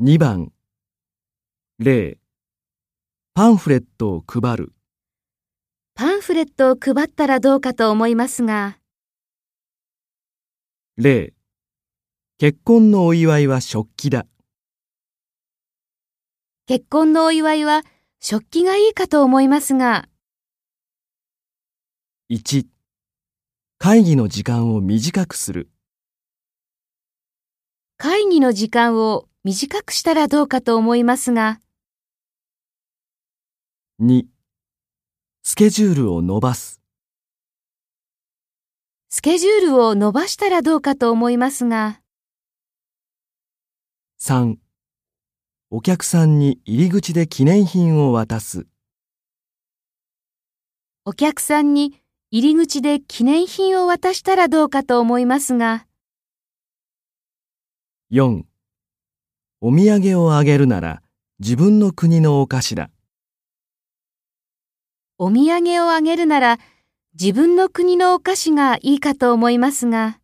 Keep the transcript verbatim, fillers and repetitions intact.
にばん、例、パンフレットを配る。 パンフレットを配ったらどうかと思いますが。 例、結婚のお祝いは食器だ。 結婚のお祝いは食器がいいかと思いますが。 いち、会議の時間を短くする。 会議の時間を短くしたらどうかと思いますが。 に、スケジュールを伸ばす。 スケジュールを伸ばしたらどうかと思いますが。 さん、お客さんに入り口で記念品を渡す。 お客さんに入り口で記念品を渡したらどうかと思いますが。 よん、お土産をあげるなら自分の国のお菓子だ。 お土産をあげるなら自分の国のお菓子がいいかと思いますが。